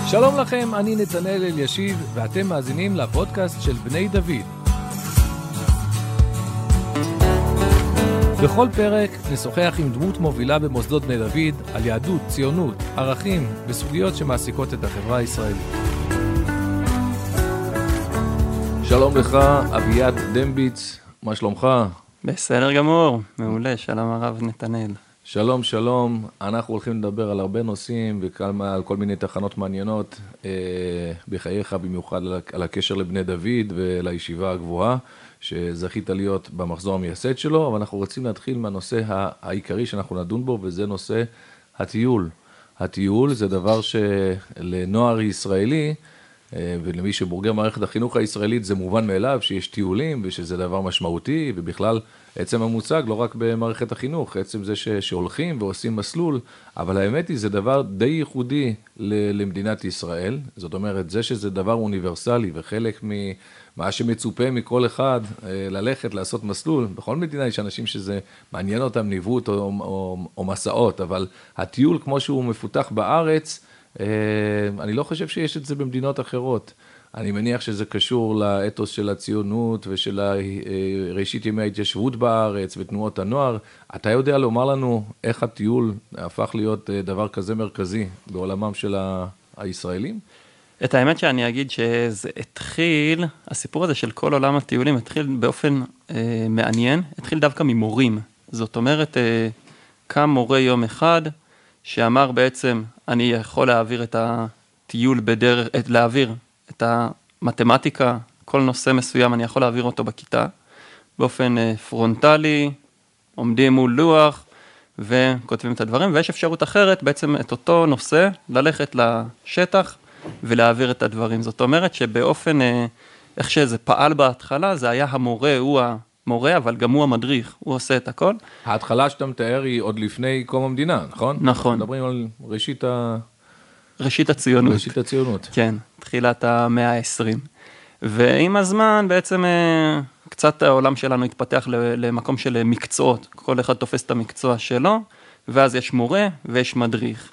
שלום לכם, אני נתנאל אלישיב, ואתם מאזינים לפודקאסט של בני דוד. בכל פרק נשוחח עם דמות מובילה במוסדות בני דוד על יהדות, ציונות, ערכים וסוגיות שמעסיקות את החברה הישראלית. שלום לך, אביעד דמביץ, מה שלומך? בסדר גמור, מעולה, שלום הרב נתנאל. שלום, שלום, אנחנו הולכים לדבר על הרבה נושאים ועל כל מיני תחנות מעניינות בחייך, במיוחד על הקשר לבני דוד ולישיבה הגבוהה, שזכית להיות במחזור המייסד שלו, אבל אנחנו רוצים להתחיל מהנושא העיקרי שאנחנו נדון בו, וזה נושא הטיול. הטיול זה דבר שלנוער ישראלי, ולמי שבוגר מערכת החינוך הישראלית זה מובן מאליו שיש טיולים ושזה דבר משמעותי, ובכלל עצם המוצג לא רק במערכת החינוך, עצם זה שהולכים ועושים מסלול, אבל האמת היא זה דבר די ייחודי למדינת ישראל, זאת אומרת זה שזה דבר אוניברסלי וחלק ממה שמצופה מכל אחד ללכת לעשות מסלול, בכל מדינה יש אנשים שזה מעניין אותם ניווט או מסעות, אבל הטיול כמו שהוא מפותח בארץ, אני לא חושב שיש את זה במדינות אחרות. אני מניח שזה קשור לאתוס של הציונות ושל ראשית ימי ההתיישבות בארץ ותנועות הנוער. אתה יודע לומר לנו איך הטיול הפך להיות דבר כזה מרכזי בעולמם של הישראלים? את האמת שאני אגיד שזה התחיל, הסיפור הזה של כל עולם הטיולים התחיל באופן מעניין, התחיל דווקא ממורים. זאת אומרת, קם מורה יום אחד שאמר בעצם, אני יכול להעביר את הטיול בדרך, להעביר את המתמטיקה, כל נושא מסוים, אני יכול להעביר אותו בכיתה, באופן פרונטלי, עומדים מול לוח, וכותבים את הדברים, ויש אפשרות אחרת, בעצם את אותו נושא, ללכת לשטח, ולהעביר את הדברים. זאת אומרת שבאופן, איך שזה פעל בהתחלה, זה היה המורה, הוא המורה, אבל גם הוא המדריך, הוא עושה את הכל. ההתחלה שאתה מתאר היא עוד לפני קום המדינה, נכון? נכון. מדברים על ראשית הציונות. ראשית הציונות. כן, תחילת המאה ה-20. ועם הזמן בעצם קצת העולם שלנו התפתח למקום של מקצועות. כל אחד תופס את המקצוע שלו, ואז יש מורה ויש מדריך.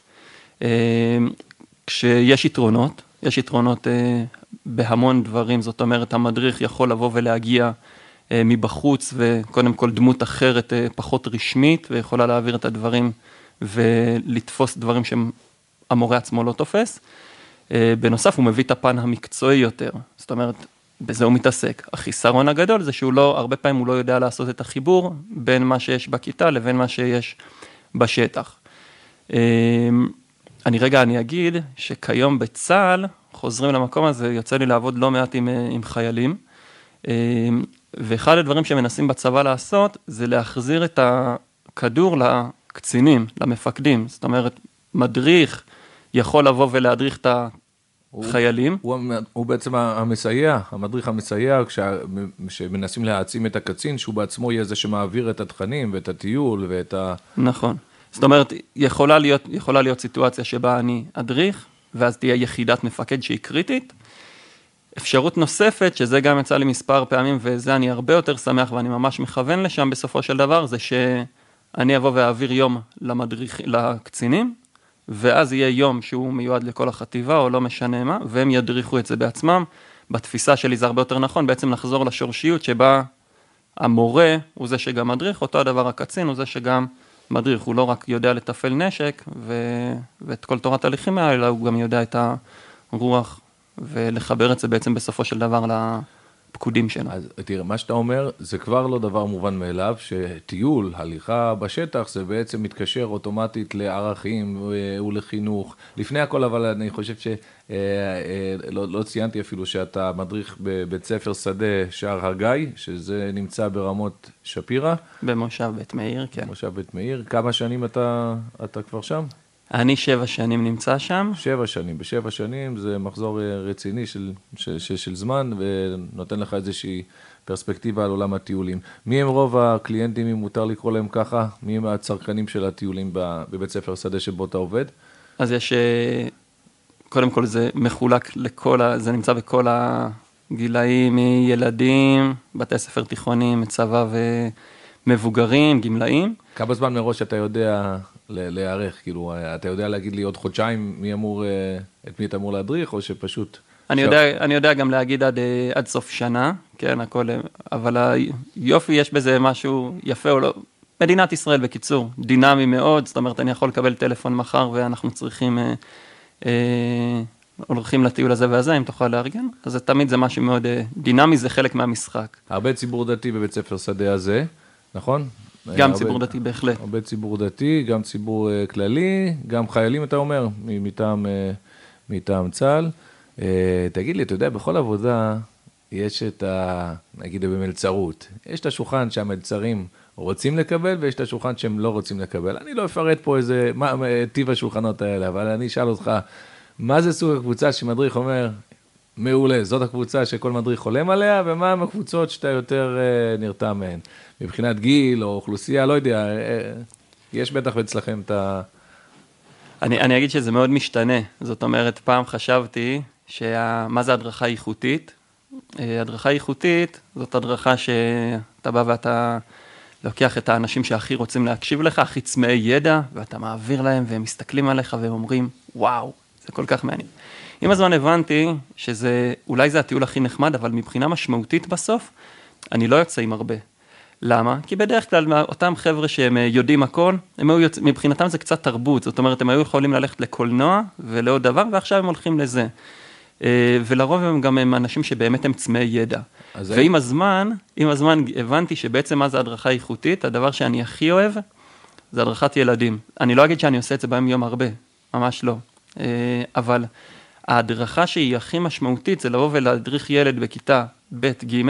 כשיש יתרונות, יש יתרונות בהמון דברים, זאת אומרת המדריך יכול לבוא ולהגיע מבחוץ, וקודם כל דמות אחרת פחות רשמית, ויכולה להעביר את הדברים ולתפוס דברים שהמורה עצמו לא תופס. בנוסף, הוא מביא את הפן המקצועי יותר, זאת אומרת, בזה הוא מתעסק. החיסרון הגדול זה שהוא לא, הרבה פעמים הוא לא יודע לעשות את החיבור בין מה שיש בכיתה לבין מה שיש בשטח. אני אגיד שכיום בצה"ל חוזרים למקום הזה, יוצא לי לעבוד לא מעט עם חיילים, ואחד הדברים שמנסים בצבא לעשות, זה להחזיר את הכדור לקצינים, למפקדים. זאת אומרת, מדריך יכול לבוא ולהדריך את החיילים. הוא בעצם המסייע, המדריך המסייע, כשמנסים להעצים את הקצין, שהוא בעצמו יהיה זה שמעביר את התכנים ואת הטיול ואת נכון. זאת אומרת, יכולה להיות סיטואציה שבה אני אדריך, ואז תהיה יחידת מפקד שהיא קריטית. אפשרות נוספת, שזה גם יצא לי מספר פעמים, וזה אני הרבה יותר שמח, ואני ממש מכוון לשם בסופו של דבר, זה שאני אבוא ואעביר יום לקצינים, ואז יהיה יום שהוא מיועד לכל החטיבה, או לא משנה מה, והם ידריכו את זה בעצמם. בתפיסה שלי זה הרבה יותר נכון, בעצם לחזור לשורשיות, שבה המורה הוא זה שגם מדריך, אותו הדבר הקצין הוא זה שגם מדריך, הוא לא רק יודע לטפל נשק, ואת כל תורת הלחימה, אלא הוא גם יודע את הרוח, ולחבר את זה בעצם בסופו של דבר לפקודים שלנו. אז תראה, מה שאתה אומר, זה כבר לא דבר מובן מאליו, שטיול, הליכה בשטח, זה בעצם מתקשר אוטומטית לערכים ולחינוך. לפני הכל, אבל אני חושב לא ציינתי אפילו שאתה מדריך בבית ספר שדה שער הגיא, שזה נמצא ברמות שפירא. במושב בית מאיר, כן. במושב בית מאיר. כמה שנים אתה כבר שם? אני 7 שנים נמצא שם. 7 שנים. ב7 שנים זה מחזור רציני של זמן, ונותן לך איזושהי פרספקטיבה על עולם הטיולים. מי הם רוב הקליינטים, אם מותר לקרוא להם ככה? מי הם הצרכנים של הטיולים בבית ספר שדה שבו אתה עובד? אז יש, קודם כל זה מחולק זה נמצא בכל הגילאים, מילדים, בתי ספר תיכונים, צבא ומבוגרים, גמלאים. כמה זמן מראש אתה יודע להיערך? כאילו, אתה יודע להגיד לי עוד חודשיים את מי אתה אמור להדריך, או שפשוט... אני יודע גם להגיד עד סוף שנה, כן, הכל, אבל היופי, יש בזה משהו יפה או לא. מדינת ישראל, בקיצור, דינמי מאוד, זאת אומרת, אני יכול לקבל טלפון מחר, ואנחנו צריכים, הולכים לטיול הזה והזה, אם תוכל לארגן, אז תמיד זה משהו מאוד דינמי, זה חלק מהמשחק. הרבה ציבור דתי בבית ספר שדה הזה, נכון? גם ציבור דתי, בהחלט. הרבה ציבור דתי, גם ציבור כללי, גם חיילים, אתה אומר, מטעם צה"ל. תגיד לי, אתה יודע, בכל עבודה יש את נגיד במלצרות, יש את השולחן שהמלצרים רוצים לקבל, ויש את השולחן שהם לא רוצים לקבל. אני לא אפרט פה מה טיב השולחנות האלה, אבל אני אשאל אותך, מה זה סוג הקבוצה שמדריך אומר, מעולה, זאת הקבוצה שכל מדריך חולם עליה, ומה הם הקבוצות שאתה יותר נרתע מהן? מבחינת גיל או אוכלוסייה, לא יודע, יש בטח אצלכם את אני אגיד שזה מאוד משתנה, זאת אומרת, פעם חשבתי מה זה הדרכה איכותית? הדרכה איכותית זאת הדרכה שאתה בא ואתה לוקח את האנשים שהכי רוצים להקשיב לך, הכי צמאי ידע, ואתה מעביר להם והם מסתכלים עליך והם אומרים, וואו, זה כל כך מעניין. עם הזמן הבנתי אולי זה הטיול הכי נחמד, אבל מבחינה משמעותית בסוף, אני לא יוצא עם הרבה. למה? כי בדרך כלל אותם חבר'ה שהם יודעים הכל, מבחינתם זה קצת תרבות, זאת אומרת, הם היו יכולים ללכת לקולנוע ולעוד דבר, ועכשיו הם הולכים לזה. ולרוב הם גם הם אנשים שבאמת הם צמאי ידע. ועם הזמן הבנתי שבעצם מה זה הדרכה איכותית, הדבר שאני הכי אוהב, זה הדרכת ילדים. אני לא אגיד שאני עושה את זה בהם יום הרבה, ממש לא. אבל ההדרכה שהיא הכי משמעותית, זה לבוא ולהדריך ילד בכיתה ב' ג'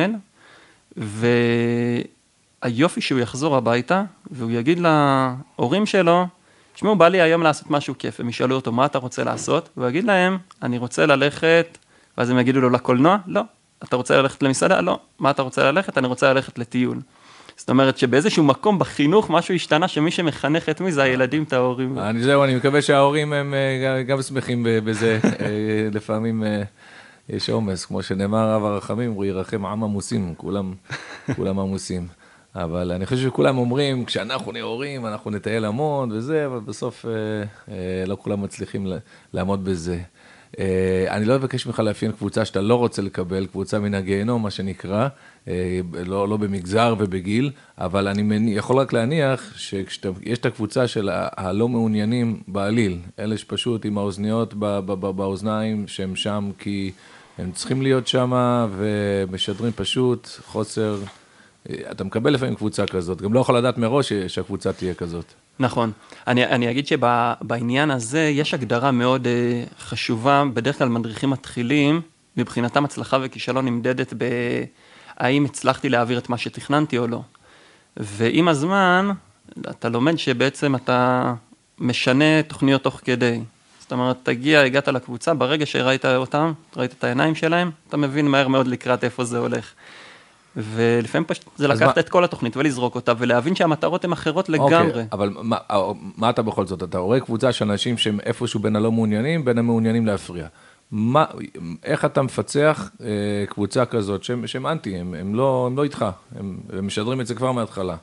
והיופי שהוא יחזור הביתה, והוא יגיד להורים שלו, תשמעו, בא לי היום לעשות משהו כיף, הם ישאלו אותו, מה אתה רוצה לעשות? והוא יגיד להם, אני רוצה ללכת, ואז הם יגידו לו, לקולנוע? לא. אתה רוצה ללכת למסעדה? לא. מה אתה רוצה ללכת? אני רוצה ללכת לטיול. זאת אומרת שבאיזשהו מקום בחינוך משהו השתנה, שמי שמחנך את מי זה הילדים, את ההורים. אני מקווה שההורים הם גם שמחים בזה, לפעמים יש עומס, כמו שנאמר רב הרחמים, הוא ירחם עם עמוסים, כולם עמוסים. אבל אני חושב שכולם אומרים, כשאנחנו נהיה הורים, אנחנו נטייל המון וזה, אבל בסוף לא כולם מצליחים לעמוד בזה. אני לא אבקש ממך לאפיין קבוצה שאתה לא רוצה לקבל, קבוצה מן הגיהנום, מה שנקרא, לא במגזר ובגיל, אבל אני יכול רק להניח שיש את הקבוצה של הלא מעוניינים בעליל, אלה שפשוט עם האוזניות באוזניים, שהם שם כי הם צריכים להיות שם, ומשדרים פשוט חוסר... אתה מקבל לפעמים קבוצה כזאת, גם לא יכול לדעת מראש שהקבוצה תהיה כזאת. נכון. אני אגיד שבעניין הזה יש הגדרה מאוד חשובה, בדרך כלל מדריכים מתחילים, מבחינתם הצלחה וכישלון נמדדת האם הצלחתי להעביר את מה שתכננתי או לא. ועם הזמן, אתה לומד שבעצם אתה משנה תוכניות תוך כדי. זאת אומרת, הגעת לקבוצה, ברגע שראית אותם, ראית את העיניים שלהם, אתה מבין מהר מאוד לקראת איפה זה הולך. ולפעמים פשוט זה לקחת את כל התוכנית ולזרוק אותה, ולהבין שהמטרות הן אחרות לגמרי. אוקיי, אבל מה אתה בכל זאת? אתה רואה קבוצה של אנשים שהם איפשהו בין הלא מעוניינים, בין המעוניינים להפריע. איך אתה מפצח קבוצה כזאת שהם אנטי, הם לא איתך, הם משדרים את זה כבר מההתחלה.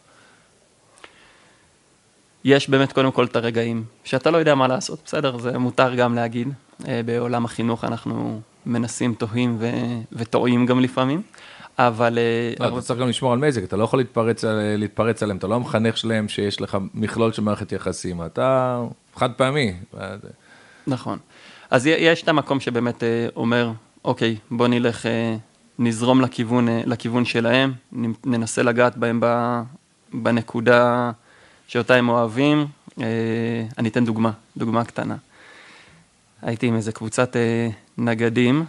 יש באמת קודם כל את הרגעים, שאתה לא יודע מה לעשות, בסדר, זה מותר גם להגיד, בעולם החינוך אנחנו מנסים, תוהים וטועים גם לפעמים, אבל... אתה צריך גם לשמור על מזג, אתה לא יכול להתפרץ עליהם, אתה לא המחנך שלהם שיש לך מכלול של מערכת יחסים, אתה חד פעמי. נכון. אז יש את המקום שבאמת אומר, אוקיי, בוא נלך, נזרום לכיוון שלהם, ננסה לגעת בהם בנקודה שאותה הם אוהבים. אני אתן דוגמה קטנה. הייתי עם איזה קבוצת נגדים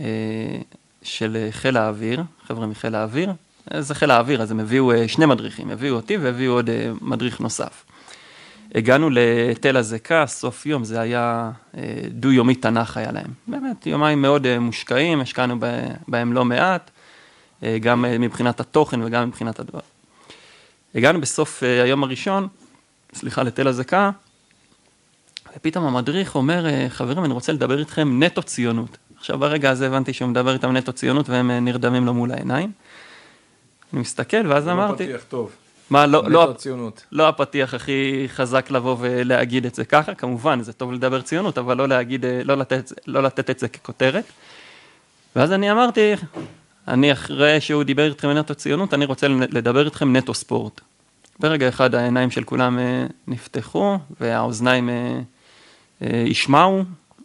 של חיל האוויר, חבר'ה מחיל האוויר. זה חיל האוויר, אז הם הביאו שני מדריכים, הביאו אותי והביאו עוד מדריך נוסף. הגענו לתל הזקה, סוף יום, זה היה דו-יומי תנ"ך היה להם. באמת, יומיים מאוד מושקעים, השקענו בהם לא מעט, גם מבחינת התוכן וגם מבחינת הדבר. הגענו בסוף היום הראשון, לתל הזקה, ופתאום המדריך אומר, חברים, אני רוצה לדבר איתכם נטו ציונות. עכשיו ברגע הזה הבנתי שהוא מדבר איתם נטו ציונות, והם נרדמים לו מול העיניים. אני מסתכל, ואז אמרתי... לא פתיח טוב. מה, נטו ציונות. לא הפתיח הכי חזק לבוא ולהגיד את זה ככה, כמובן, זה טוב לדבר ציונות, אבל לא לתת את זה ככותרת. ואז אני אמרתי, אני אחרי שהוא דיבר איתכם נטו ציונות, אני רוצה לדבר איתכם נטו ספורט. ברגע אחד העיניים של כולם נפתחו, והאוזניים ישמעו,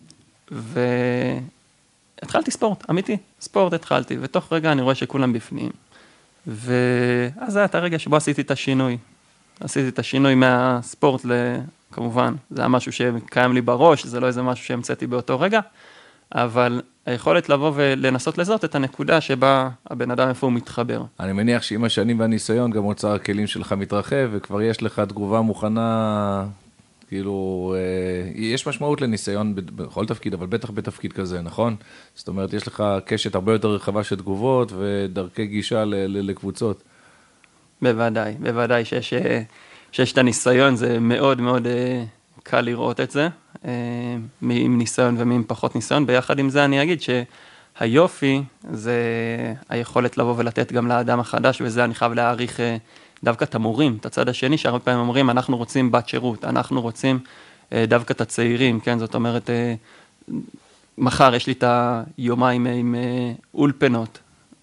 והתחלתי ספורט, אמיתי, ספורט התחלתי, ותוך רגע אני רואה שכולם בפנים. ואז זה היה את הרגע שבו עשיתי את השינוי. עשיתי את השינוי מהספורט כמובן, זה היה משהו שקיים לי בראש, זה לא איזה משהו שהמצאתי באותו רגע, אבל היכולת לבוא ולנסות לזאת את הנקודה שבה הבן אדם איפה הוא מתחבר. אני מניח שעם השנים והניסיון גם אוצר הכלים שלך מתרחב, וכבר יש לך תגובה מוכנה, כאילו, יש משמעות לניסיון בכל תפקיד, אבל בטח בתפקיד כזה, נכון? זאת אומרת, יש לך קשת הרבה יותר רחבה של תגובות ודרכי גישה לקבוצות. בוודאי שיש את הניסיון, זה מאוד מאוד קל לראות את זה, עם ניסיון ועם פחות ניסיון. ביחד עם זה אני אגיד שהיופי זה היכולת לבוא ולתת גם לאדם החדש, וזה אני חייב להעריך דווקא את המורים, את הצד השני, שהרבה פעמים אומרים, אנחנו רוצים בת שירות, אנחנו רוצים דווקא את הצעירים, כן, זאת אומרת, מחר יש לי את היומיים עם אולפנות,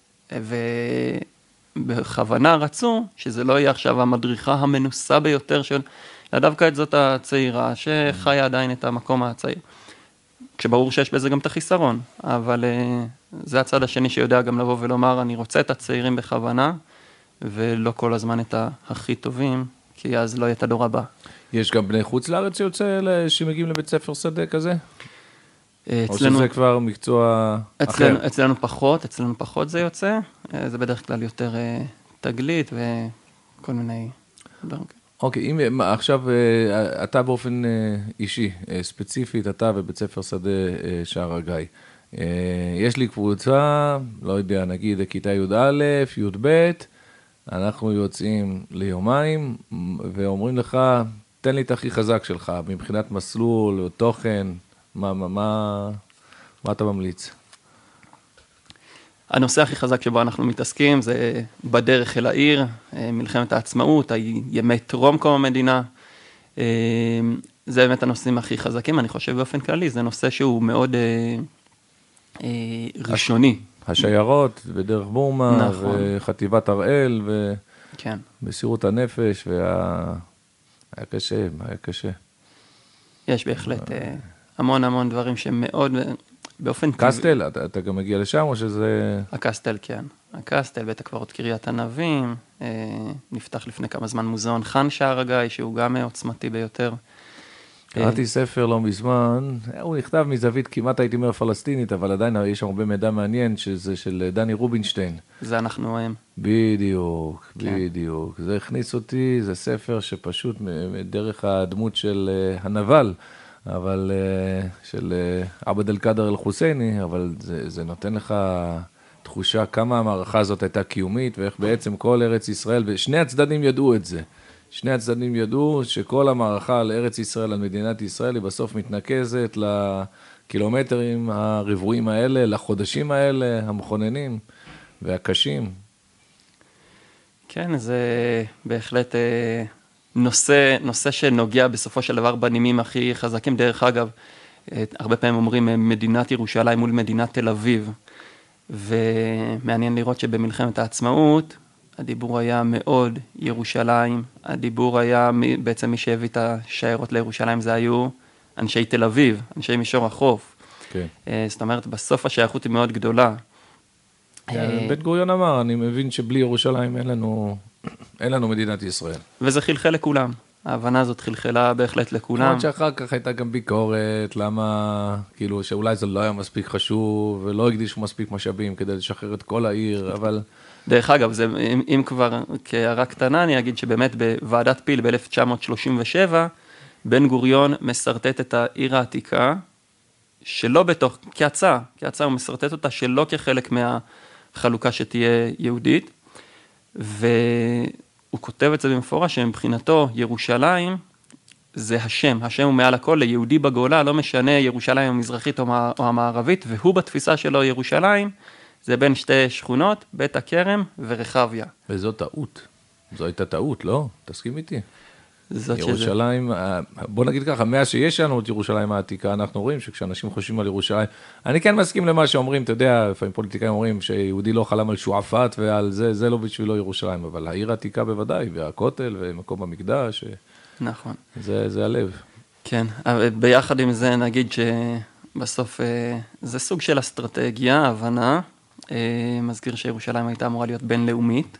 ובכוונה רצו שזה לא יהיה עכשיו המדריכה המנוסה ביותר של, דווקא את זאת הצעירה שחיה עדיין את המקום הצעיר. כשברור שיש בזה גם את החיסרון, אבל זה הצד השני שיודע גם לבוא ולומר, אני רוצה את הצעירים בכוונה, ולא כל הזמן את הכי טובים, כי אז לא יהיה את הדור הבא. יש גם בני חוץ לארץ שמגיעים לבית ספר שדה כזה? או שזה כבר מקצוע אחר? אצלנו פחות זה יוצא, זה בדרך כלל יותר תגלית וכל מיני דברים. אוקיי, אם עכשיו אתה באופן אישי, ספציפית, אתה ובית ספר שדה שער הגיא, יש לי קבוצה, לא יודע, נגיד כיתה י"א, י"ב, אנחנו יוצאים ליומיים ואומרים לך, תן לי את הכי חזק שלך, מבחינת מסלול או תוכן, מה אתה ממליץ? הנושא הכי חזק שבו אנחנו מתעסקים זה בדרך אל העיר, מלחמת העצמאות, ימי טרום קום המדינה. זה באמת הנושאים הכי חזקים, אני חושב באופן כללי, זה נושא שהוא מאוד ראשוני. השיירות ודרך בורמה, נכון. וחטיבת הראל, כן. ובסירות הנפש, היה קשה. יש בהחלט המון דברים שמאוד באופן קסטל, אתה גם מגיע לשם או שזה... הקסטל, כן. הקסטל, בית הקברות קריית ענבים, נפתח לפני כמה זמן מוזיאון חאן שער הגיא, שהוא גם עוצמתי ביותר. קראתי ספר לא מזמן, הוא נכתב מזווית כמעט הייתי אומר פלסטינית, אבל עדיין יש שם הרבה מידע מעניין, שזה של דני רובינשטיין. זה אנחנו הם. בדיוק. זה הכניס אותי, זה ספר שפשוט דרך הדמות של הנבל, אבל של עבד אל-קאדר אל-חוסייני, אבל זה נותן לך תחושה כמה המערכה הזאת הייתה קיומית, ואיך בעצם כל ארץ ישראל, ושני הצדדים ידעו את זה. שני הצדדים ידעו שכל המערכה על ארץ ישראל, על מדינת ישראל, היא בסוף מתנקזת לקילומטרים הרבועים האלה, לחודשים האלה, המכוננים והקשים. כן, זה בהחלט נושא שנוגע בסופו של דבר בנימים הכי חזקים. דרך אגב, הרבה פעמים אומרים מדינת ירושלים מול מדינת תל אביב, ומעניין לראות שבמלחמת העצמאות, הדיבור היה מאוד ירושלים, הדיבור היה בעצם מי שהביא את השיירות לירושלים, זה היו אנשי תל אביב, אנשי מישור החוף. כן. זאת אומרת, בסוף השייכות היא מאוד גדולה. בן גוריון אמר, אני מבין שבלי ירושלים אין לנו מדינת ישראל. וזה חלחל לכולם. ההבנה הזאת חלחלה בהחלט לכולם. כמובן שאחר כך הייתה גם ביקורת, למה, כאילו, שאולי זה לא היה מספיק חשוב, ולא הקדישו מספיק משאבים כדי לשחרר את כל העיר, אבל... דרך אגב, זה, אם כבר כהערה קטנה, אני אגיד שבאמת בוועדת פיל ב-1937, בן גוריון מסרטט את העיר העתיקה, שלא בתוך, כהצעה הוא מסרטט אותה שלא כחלק מהחלוקה שתהיה יהודית, והוא כותב את זה במפורש, שמבחינתו ירושלים זה השם הוא מעל הכל, ליהודי בגולה, לא משנה ירושלים המזרחית או המערבית, והוא בתפיסה שלו ירושלים, זה בין שתי שכונות, בית הכרם ורחביה. וזו טעות. זו הייתה טעות, לא? תסכים איתי. זאת שזה. ירושלים, בוא נגיד ככה, מאז שיש לנו את ירושלים העתיקה, אנחנו רואים שכשאנשים חושבים על ירושלים, אני כן מסכים למה שאומרים, אתה יודע, לפעמים פוליטיקאים אומרים שיהודי לא חלם על שועפאט ועל זה, זה לא בשבילו ירושלים, אבל העיר העתיקה בוודאי, והכותל ומקום המקדש, נכון. זה הלב. כן, אבל ביחד עם זה נגיד שבסוף זה סוג של אסטרטגיה, הבנה, מזכיר שירושלים הייתה אמורה להיות בינלאומית,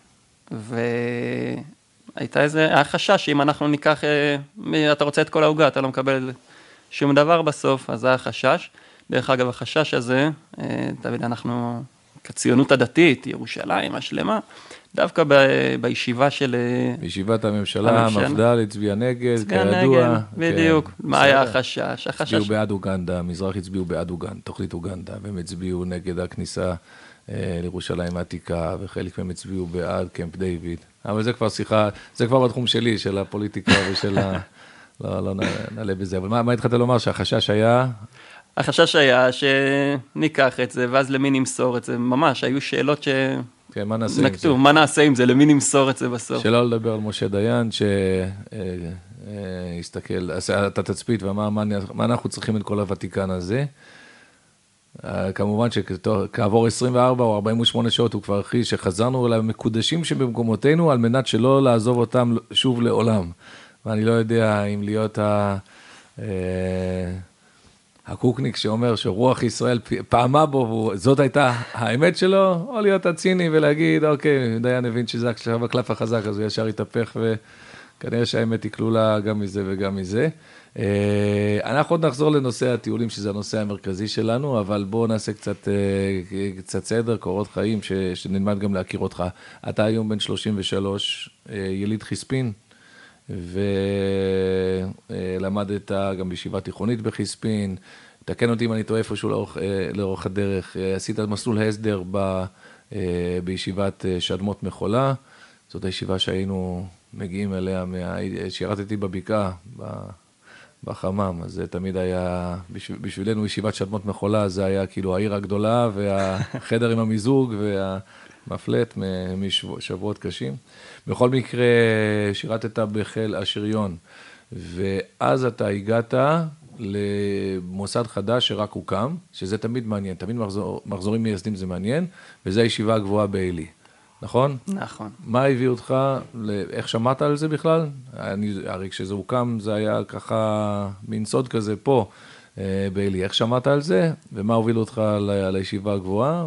היה חשש שאם אנחנו ניקח, אתה רוצה את כל העוגה, אתה לא מקבל שום דבר בסוף, אז זה היה חשש. דרך אגב, החשש הזה, תמיד אנחנו, כציונות הדתית, ירושלים השלמה, דווקא בישיבה של... בישיבת הממשלה, המפד"ל הצביע נגד, כידוע. בדיוק. מה היה החשש? הצביעו בעד אוגנדה, המזרח הצביעו בעד אוגנדה, תוכנית אוגנדה, והם הצביעו נגד הכניסה לירושלים העתיקה, וחלק מהם הצביעו בעד קמפ דיוויד. אבל זה כבר שיחה, זה כבר בתחום שלי, של הפוליטיקה ושל לא נעלה בזה. אבל מה התחלת לומר? שהחשש היה... החשש היה שניקח את זה, ואז למי נמסור את זה. ממש, היו שאלות כן, מה נעשה עם זה? נקטו, מה נעשה עם זה, למי נמסור את זה בסוף. שלא לדבר על משה דיין, שהסתכל, עשה את התצפית, ומה אנחנו צריכים את כל הוותיקן הזה. כמובן שכעבור 24 או 48 שעות הוא כבר הכריז שחזרנו למקודשים שבמקומותינו, על מנת שלא לעזוב אותם שוב לעולם. ואני לא יודע אם להיות הקוקניק שאומר שרוח ישראל פעמה בו, זאת הייתה האמת שלו, או להיות הציני ולהגיד, אוקיי, דיין הבין שזה עכשיו הקלף החזק, אז הוא ישר יתהפך, וכנראה שהאמת היא כלולה גם מזה וגם מזה. אנחנו עוד נחזור לנושא הטיולים, שזה הנושא המרכזי שלנו, אבל בואו נעשה קצת סדר, קורות חיים, שנלמד גם להכיר אותך. אתה היום בן 33, יליד חיספין, ולמדת גם בישיבה תיכונית בחיספין, תקן אותי אם אני טועה איפשהו לאורך הדרך, עשית מסלול הסדר בישיבת שדמות מחולה, זאת הישיבה שהיינו מגיעים אליה, שירתתי בבקעה, בחמם, אז זה תמיד היה, בשבילנו ישיבת שדמות מחולה, זה היה כאילו העיר הגדולה, והחדר עם המיזוג, והמפלט משבועות קשים. בכל מקרה, שירתת בחיל השריון, ואז אתה הגעת למוסד חדש שרק הוקם, שזה תמיד מעניין, תמיד מחזורים מייסדים זה מעניין, וזה הישיבה הגבוהה בעלי. נכון? נכון. מה הביא אותך, איך שמעת על זה בכלל? הרי כשזה הוקם, זה היה ככה מין סוד כזה פה, בעלי. איך שמעת על זה? ומה הוביל אותך לישיבה הגבוהה?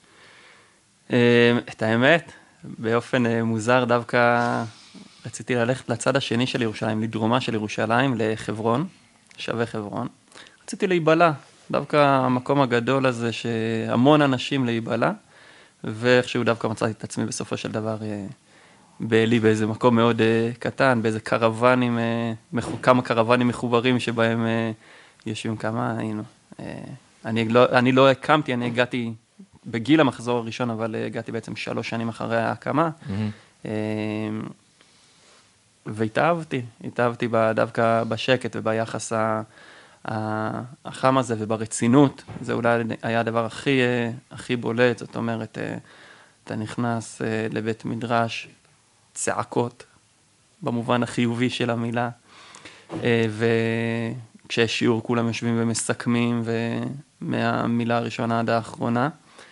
את האמת, באופן מוזר דווקא רציתי ללכת לצד השני של ירושלים, לדרומה של ירושלים, לחברון, שווה חברון. רציתי להיבלה, דווקא המקום הגדול הזה שהמון אנשים להיבלה, ואיכשהו דווקא מצאתי את עצמי בסופו של דבר בעלי באיזה מקום מאוד קטן, באיזה קרוונים, כמה קרוונים מחוברים שבהם יושבים כמה היינו. אני לא הקמתי, אני הגעתי בגיל המחזור הראשון, אבל הגעתי בעצם 3 שנים אחרי ההקמה, והתאהבתי דווקא בשקט וביחס החם הזה וברצינות, זה אולי היה הדבר הכי בולט, זאת אומרת, אתה נכנס לבית מדרש, צעקות, במובן החיובי של המילה, וכשיש שיעור כולם יושבים ומסכמים, ומהמילה הראשונה עד האחרונה,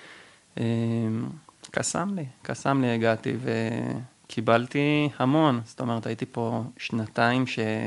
קסם לי הגעתי, וקיבלתי המון, זאת אומרת, הייתי פה 2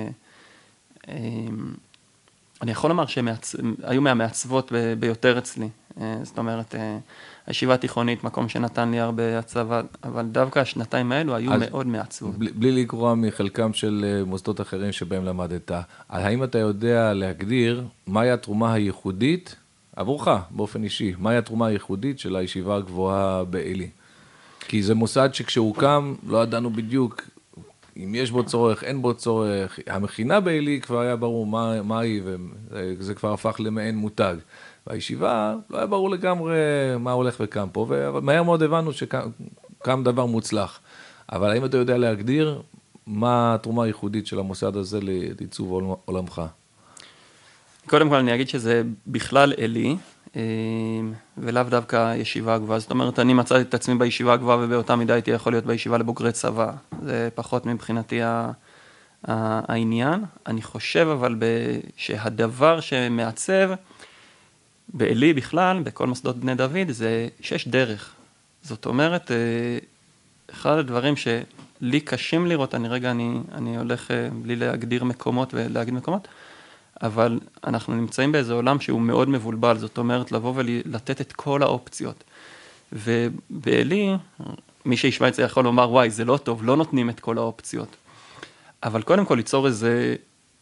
אני יכול לומר שהן היו מהמעצבות ביותר אצלי, זאת אומרת, הישיבה התיכונית, מקום שנתן לי הרבה הצבה, אבל דווקא 2 האלו היו מאוד מעצבות. בלי לקרוא מחלקם של מוסדות אחרים שבהם למדת, האם אתה יודע להגדיר מהי התרומה הייחודית, עבורך באופן אישי, מהי התרומה הייחודית של הישיבה הגבוהה בעלי? כי זה מוסד שכשהוא קם, לא ידענו בדיוק אם יש בו צורך, אין בו צורך. המכינה בעלי כבר היה ברור מה היא, וזה כבר הפך למעין מותג. והישיבה לא היה ברור לגמרי מה הולך וקם פה, ומהר מאוד הבנו שקם דבר מוצלח. אבל האם אתה יודע להגדיר מה התרומה הייחודית של המוסד הזה לעיצוב עולמך? קודם כל אני אגיד שזה בכלל אלי, ולאו דווקא ישיבה גבוהה. זאת אומרת, אני מצאתי את עצמי בישיבה גבוהה, ובאותה מידה הייתי יכול להיות בישיבה לבוגרי צבא. זה פחות מבחינתי העניין. אני חושב אבל שהדבר שמעצב, בעלי בכלל, בכל מוסדות בני דוד, זה שיש דרך. זאת אומרת, אחד הדברים שלי קשים לראות, אני הולך בלי להגדיר מקומות ולהגיד מקומות, אבל אנחנו נמצאים באיזה עולם שהוא מאוד מבולבל, זאת אומרת, לבוא ולתת את כל האופציות. ובעלי, מי שישמע את זה יכול לומר, וואי, זה לא טוב, לא נותנים את כל האופציות. אבל קודם כל ליצור איזה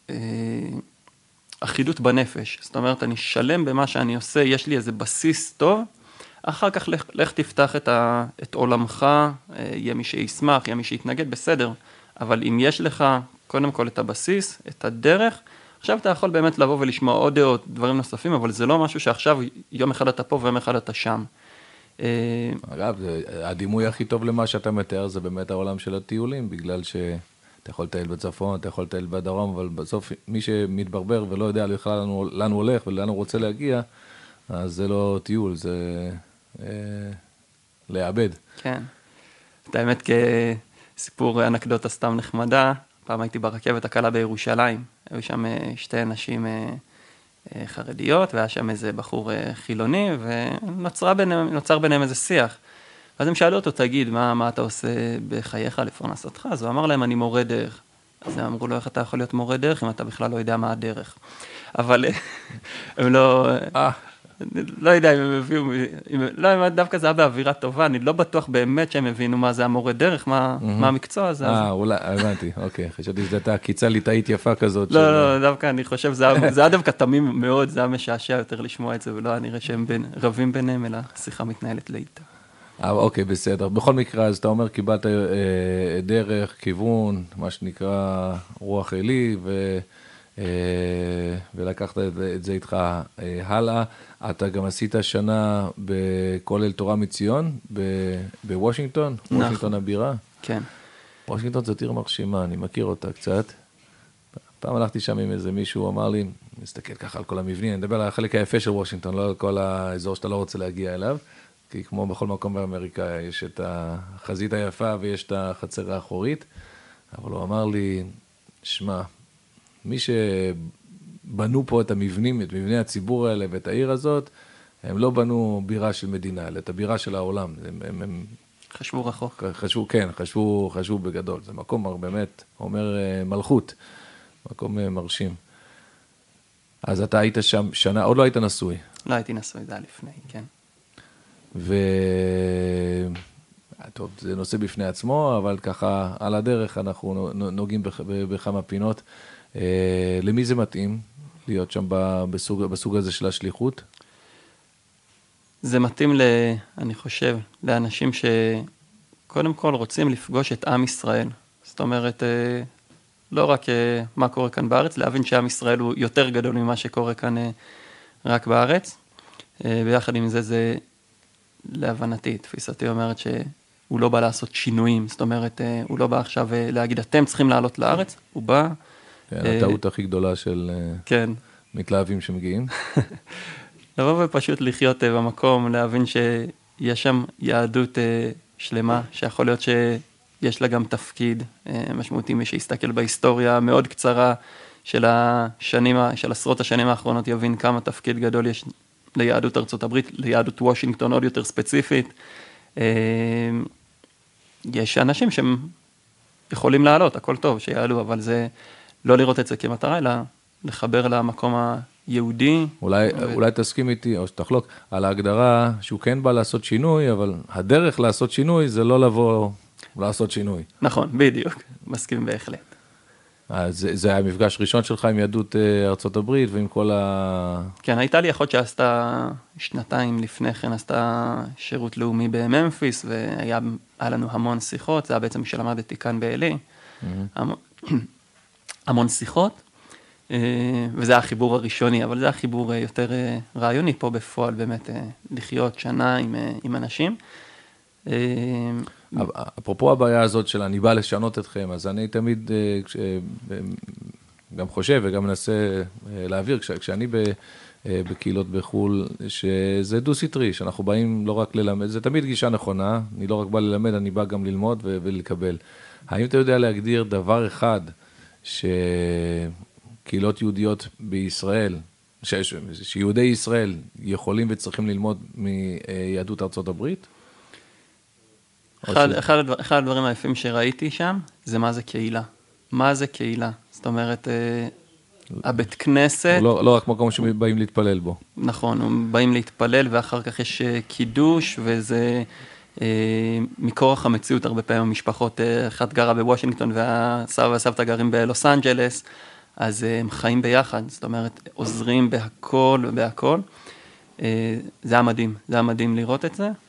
אחידות בנפש. זאת אומרת, אני שלם במה שאני עושה, יש לי איזה בסיס טוב, אחר כך לך תפתח את עולמך, יהיה מי שישמח, יהיה מי שיתנגד, בסדר. אבל אם יש לך קודם כל את הבסיס, את הדרך, עכשיו אתה יכול באמת לבוא ולשמוע עוד דעות, דברים נוספים, אבל זה לא משהו שעכשיו יום אחד אתה פה ויום אחד אתה שם. אגב, הדימוי הכי טוב למה שאתה מתאר זה באמת העולם של הטיולים, בגלל שאתה יכול לטייל בצפון, אתה יכול לטייל בדרום, אבל בסוף מי שמתברבר ולא יודע בכלל לאן הוא הולך ולאן הוא רוצה להגיע, אז זה לא טיול, זה לאבד. כן. את האמת כסיפור אנקדוטה סתם נחמדה, פעם הייתי ברכבת הקלה בירושלים, היו שם שתי נשים חרדיות, והיה שם איזה בחור חילוני, ונוצר ביניהם איזה שיח. ואז הם שאלו אותו, תגיד, מה אתה עושה בחייך לפרנסתך? אז הוא אמר להם, אני מורה דרך. אז הם אמרו לו, איך אתה יכול להיות מורה דרך, אם אתה בכלל לא יודע מה הדרך. אבל הם לא יודע אם הם הביאו, לא, אם דווקא זה היה באווירה טובה, אני לא בטוח באמת שהם הבינו מה זה המורה דרך, מה המקצוע הזה. אולי, הבנתי, אוקיי, חשבתי שזו הייתה קיצה ליטאית יפה כזאת. לא, דווקא אני חושב, זה היה דווקא תמים מאוד, זה היה משעשע יותר לשמוע את זה, ולא נראה שהם רבים ביניהם, אלא שיחה מתנהלת לאיתה. אוקיי, בסדר. בכל מקרה, אז אתה אומר, קיבלת דרך, כיוון, מה שנקרא רוח אלי, ולקחת את זה איתך הלאה. אתה גם עשית שנה בכולל תורה מציון, בוושינגטון, וושינגטון הבירה. כן. וושינגטון זאת עיר מרשימה, אני מכיר אותה קצת. פעם הלכתי שם עם איזה מישהו, אמר לי, מסתכל ככה על כל המבנים, אני מדבר על החלק היפה של וושינגטון, לא על כל האזור שאתה לא רוצה להגיע אליו, כי כמו בכל מקום באמריקה, יש את החזית היפה ויש את החצר האחורית, אבל הוא אמר לי, שמע, מי שבנו פה את המבנים, את מבני הציבור האלה ואת העיר הזאת, הם לא בנו בירה של מדינה, אלא את הבירה של העולם. הם חשבו רחוק. חשבו בגדול. זה מקום באמת, אומר מלכות, מקום מרשים. אז אתה היית שם שנה, עוד לא היית נשוי. לא הייתי נשוי, זה היה לפני, כן. טוב, זה נושא בפני עצמו, אבל ככה על הדרך אנחנו נוגעים בכמה פינות. למי זה מתאים להיות שם בסוג הזה של השליחות? זה מתאים אני חושב, לאנשים שקודם כל רוצים לפגוש את עם ישראל. זאת אומרת, לא רק מה קורה כאן בארץ, להבין שעם ישראל הוא יותר גדול ממה שקורה כאן רק בארץ. ביחד עם זה להבנתי, תפיסתי אומרת שהוא לא בא לעשות שינויים, זאת אומרת, הוא לא בא עכשיו להגיד, אתם צריכים לעלות לארץ, הוא בא... כן, הטעות הכי גדולה של מתלהבים שמגיעים. לבוא ופשוט לחיות במקום, להבין שיש שם יהדות שלמה, שיכול להיות שיש לה גם תפקיד משמעותי, מי שיסתכל בהיסטוריה מאוד קצרה של עשרות השנים האחרונות, יבין כמה תפקיד גדול יש ליהדות ארצות הברית, ליהדות וושינגטון עוד יותר ספציפית. יש אנשים שהם יכולים לעלות, הכל טוב שיעלו, אבל זה לא לראות את זה כמטרה, אלא לחבר למקום היהודי. אולי תסכים איתי, או שתחלוק, על ההגדרה שהוא כן בא לעשות שינוי, אבל הדרך לעשות שינוי זה לא לבוא לעשות שינוי. נכון, בדיוק, מסכים בהחלט. זה היה המפגש ראשון שלך עם יהדות ארצות הברית ועם כל כן, הייתה לי אחות שעשתה שנתיים לפני כן, עשתה שירות לאומי בממפיס, והיה לנו המון שיחות, זה היה בעצם שלמדתי כאן בעלי, המון שיחות, וזה היה החיבור הראשוני, אבל זה החיבור יותר רעיוני פה בפועל, באמת לחיות שנה עם אנשים. אפרופו הבעיה הזאת של אני בא לשנות אתכם, אז אני תמיד גם חושב וגם מנסה להעביר, כשאני בקהילות בחו"ל, שזה דו-סטרי, שאנחנו באים לא רק ללמד, זה תמיד גישה נכונה, אני לא רק בא ללמד, אני בא גם ללמוד ולקבל. האם אתה יודע להגדיר דבר אחד שקהילות יהודיות בישראל, שיהודי ישראל יכולים וצריכים ללמוד מיהדות ארצות הברית? אחד הדברים היפים שראיתי שם, זה מה זה קהילה. מה זה קהילה? זאת אומרת, הבית כנסת... לא רק מקום שבאים להתפלל בו. נכון, הם באים להתפלל, ואחר כך יש קידוש, וזה מכורח המציאות הרבה פעמים. המשפחות, אחת גרה בוושינגטון, והסבא והסבתא גרים בלוס אנג'לס, אז הם חיים ביחד, זאת אומרת, עוזרים בהכל ובהכל. זה היה מדהים, זה היה מדהים לראות את זה.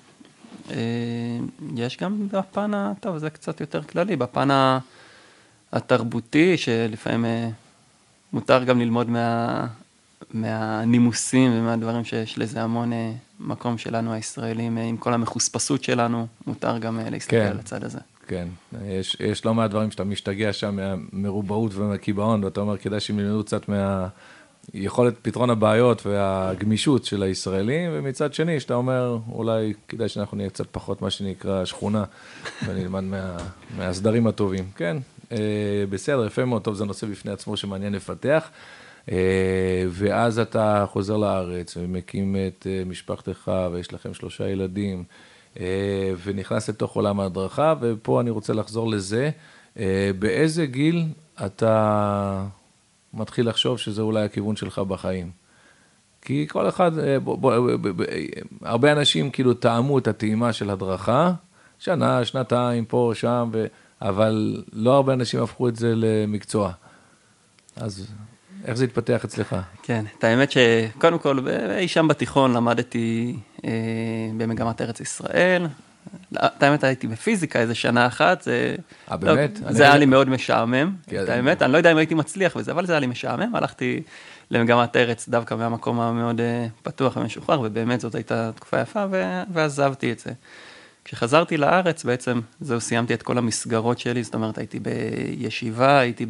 יש גם בפן, טוב, זה קצת יותר כללי, בפן התרבותי, שלפעמים מותר גם ללמוד מהנימוסים ומהדברים שיש לזה המון מקום שלנו הישראלים, עם כל המחוספסות שלנו, מותר גם להסתכל על הצד הזה. כן, יש לא מהדברים שאתה משתגע שם מהמרובעות ומהקיבעון, ואתה אומר, כדאי שהם ילמדו קצת יכולת פתרון הבעיות והגמישות של הישראלים, ומצד שני, שאתה אומר, אולי כדאי שאנחנו נהיה קצת פחות מה שנקרא שכונה, ונלמד מהסדרים הטובים. כן, בסדר, יפה מאוד, טוב, זה נושא בפני עצמו שמעניין לפתח, ואז אתה חוזר לארץ, ומקים את משפחתך, ויש לכם 3 ילדים, ונכנס לתוך עולם ההדרכה, ופה אני רוצה לחזור לזה, באיזה גיל אתה מתחיל לחשוב שזה אולי הכיוון שלך בחיים. כי כל אחד, הרבה אנשים כאילו טעמו את הטעימה של הדרכה, שנה, שנתיים, פה, שם, אבל לא הרבה אנשים הפכו את זה למקצוע. אז איך זה התפתח אצלך? כן, את האמת שקודם כל, אי שם בתיכון למדתי במגמת ארץ ישראל, את האמת הייתי בפיזיקה איזה שנה אחת, זה היה לי מאוד משעמם, את האמת, אני לא יודע אם הייתי מצליח בזה, אבל זה היה לי משעמם, הלכתי למגמת ארץ דווקא מהמקום המאוד פתוח ומשוחרר, ובאמת זאת הייתה תקופה יפה, ועזבתי את זה. כשחזרתי לארץ בעצם, זהו, סיימתי את כל המסגרות שלי, זאת אומרת, הייתי בישיבה, הייתי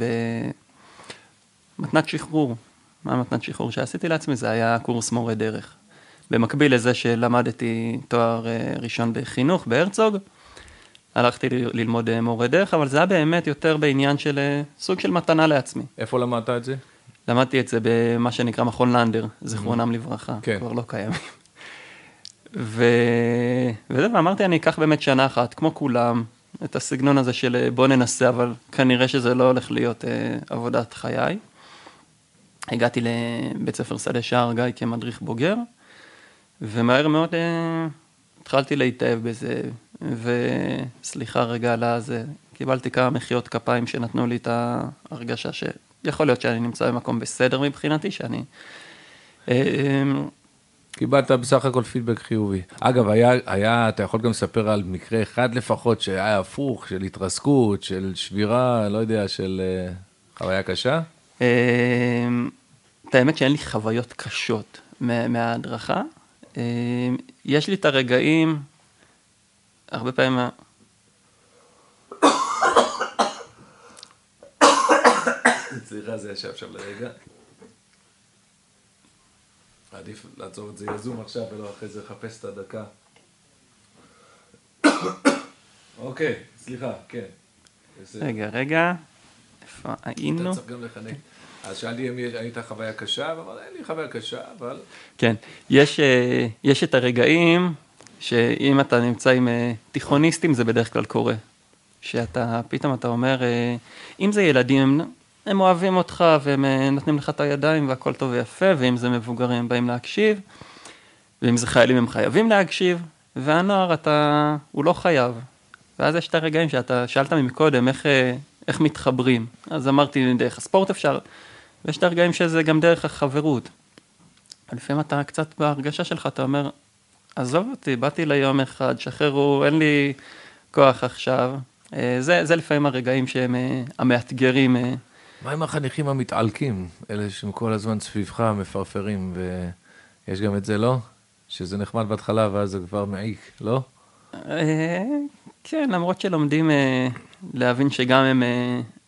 במתנת שחרור. מה מתנת שחרור שעשיתי לעצמי? זה היה קורס מורה דרך. במקביל לזה שלמדתי תואר ראשון בחינוך בהרצוג, הלכתי ללמוד מורה דרך, אבל זה היה באמת יותר בעניין של סוג של מתנה לעצמי. איפה למדת את זה? למדתי את זה במה שנקרא מכון לנדר, זיכרונם לברכה, כבר לא קיימים. וזהו, ואמרתי, אני אקח באמת שנה אחת, כמו כולם, את הסגנון הזה של בוא ננסה, אבל כנראה שזה לא הולך להיות עבודת חיי. הגעתי לבית ספר שדה שער גיא כמדריך בוגר, ומהר מאוד התחלתי להתאהב בזה, וסליחה רגע על זה, קיבלתי כמה מחיאות כפיים שנתנו לי את ההרגשה שיכול להיות שאני נמצא במקום בסדר מבחינתי, שאני... קיבלת בסך הכל פידבק חיובי. אגב, אתה יכול גם לספר על מקרה אחד לפחות שהיה הפוך, של התרסקות, של שבירה, לא יודע, של חוויה קשה? את האמת שאין לי חוויות קשות מההדרכה. יש לי את הרגעים, הרבה פעמים... סליחה, זה ישב שם לרגע. עדיף לעצור את זה יזום עכשיו, ולא אחרי זה לחפש את הדקה. אוקיי, סליחה, כן. רגע, איפה היינו? אתה צריך גם לחנק. אז שאלתי אם הייתה חוויה קשה, אבל אין לי חוויה קשה, אבל... כן, יש את הרגעים שאם אתה נמצא עם תיכוניסטים, זה בדרך כלל קורה. שאתה, פתאום אתה אומר, אם זה ילדים, הם אוהבים אותך, והם נותנים לך את הידיים, והכל טוב ויפה, ואם זה מבוגרים, הם באים להקשיב, ואם זה חיילים, הם חייבים להקשיב, והנוער, הוא לא חייב. ואז יש את הרגעים שאתה שאלת מקודם, איך מתחברים. אז אמרתי, דרך הספורט אפשר, ויש את הרגעים שזה גם דרך החברות. לפעמים אתה קצת בהרגשה שלך, אתה אומר, עזוב אותי, באתי ליום אחד, שחררו, אין לי כוח עכשיו. זה לפעמים הרגעים שהם המאתגרים. מה עם החניכים המתעלקים? אלה שהם כל הזמן סביבך מפרפרים, ויש גם את זה, לא? שזה נחמד בהתחלה, ואז זה כבר מעיק, לא? כן, למרות שלומדים להבין שגם הם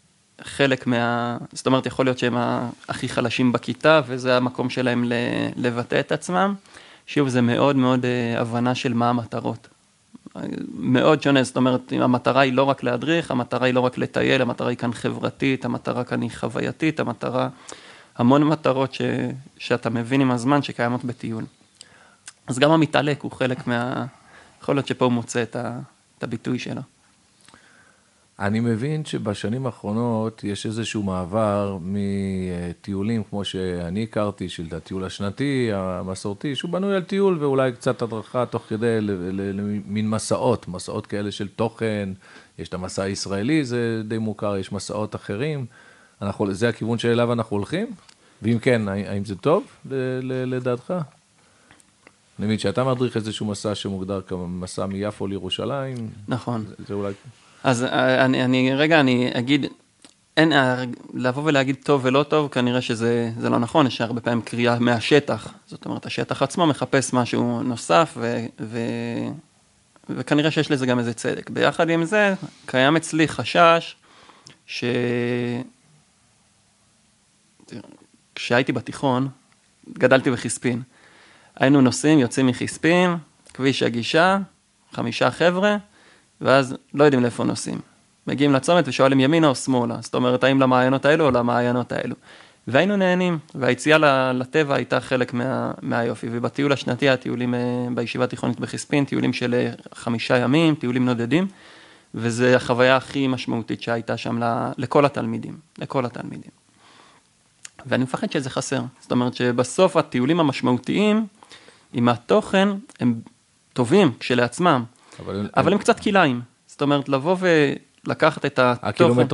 חלק זאת אומרת, יכול להיות שהם הכי חלשים בכיתה, וזה המקום שלהם לבטא את עצמם. שוב, זה מאוד מאוד הבנה של מה המטרות. מאוד שונה, זאת אומרת, המטרה היא לא רק להדריך, המטרה היא לא רק לטייל, המטרה היא כאן חברתית, המטרה כאן היא חווייתית, המון מטרות שאתה מבין עם הזמן שקיימות בטיול. אז גם המתעלק הוא חלק יכול להיות שפה הוא מוצא את הביטוי שלו. אני מבין שבשנים האחרונות יש איזשהו מעבר מטיולים כמו שאני הכרתי, של הטיול השנתי, המסורתי, שהוא בנוי על טיול ואולי קצת הדרכה תוך כדי למין מסעות כאלה של תוכן, יש את המסע הישראלי, זה די מוכר, יש מסעות אחרים, זה הכיוון שאליו אנחנו הולכים? ואם כן, האם זה טוב לדעתך? אני מבין שאתה מדריך איזשהו מסע שמוגדר כמסע מיפו לירושלים. נכון. זה אולי... אז אני אגיד, לבוא ולהגיד טוב ולא טוב, כנראה שזה לא נכון, יש הרבה פעמים קריאה מהשטח, זאת אומרת, השטח עצמו מחפש משהו נוסף, וכנראה שיש לזה גם איזה צדק. ביחד עם זה, קיים אצלי חשש, כשהייתי בתיכון, גדלתי בחיספין, היינו נוסעים, יוצאים מחיספין, כביש הגישה, 5 חבר'ה, ואז לא יודעים לאיפה נוסעים. מגיעים לצומת ושואלים ימינה או שמאלה, זאת אומרת, האם למעיינות האלו או למעיינות האלו. והיינו נהנים, והיציאה לטבע הייתה חלק מהיופי, ובטיול השנתי, הטיולים בישיבה התיכונית בחיספין, טיולים של 5 ימים, טיולים נודדים, וזו החוויה הכי משמעותית שהייתה שם לכל התלמידים. ואני מפחד שזה חסר. זאת אומרת שבסוף הטיולים המשמעותיים, עם התוכן, הם טובים כשלעצמם, אבל הם קצת קיליים. זאת אומרת, לבוא ולקחת את התוכן.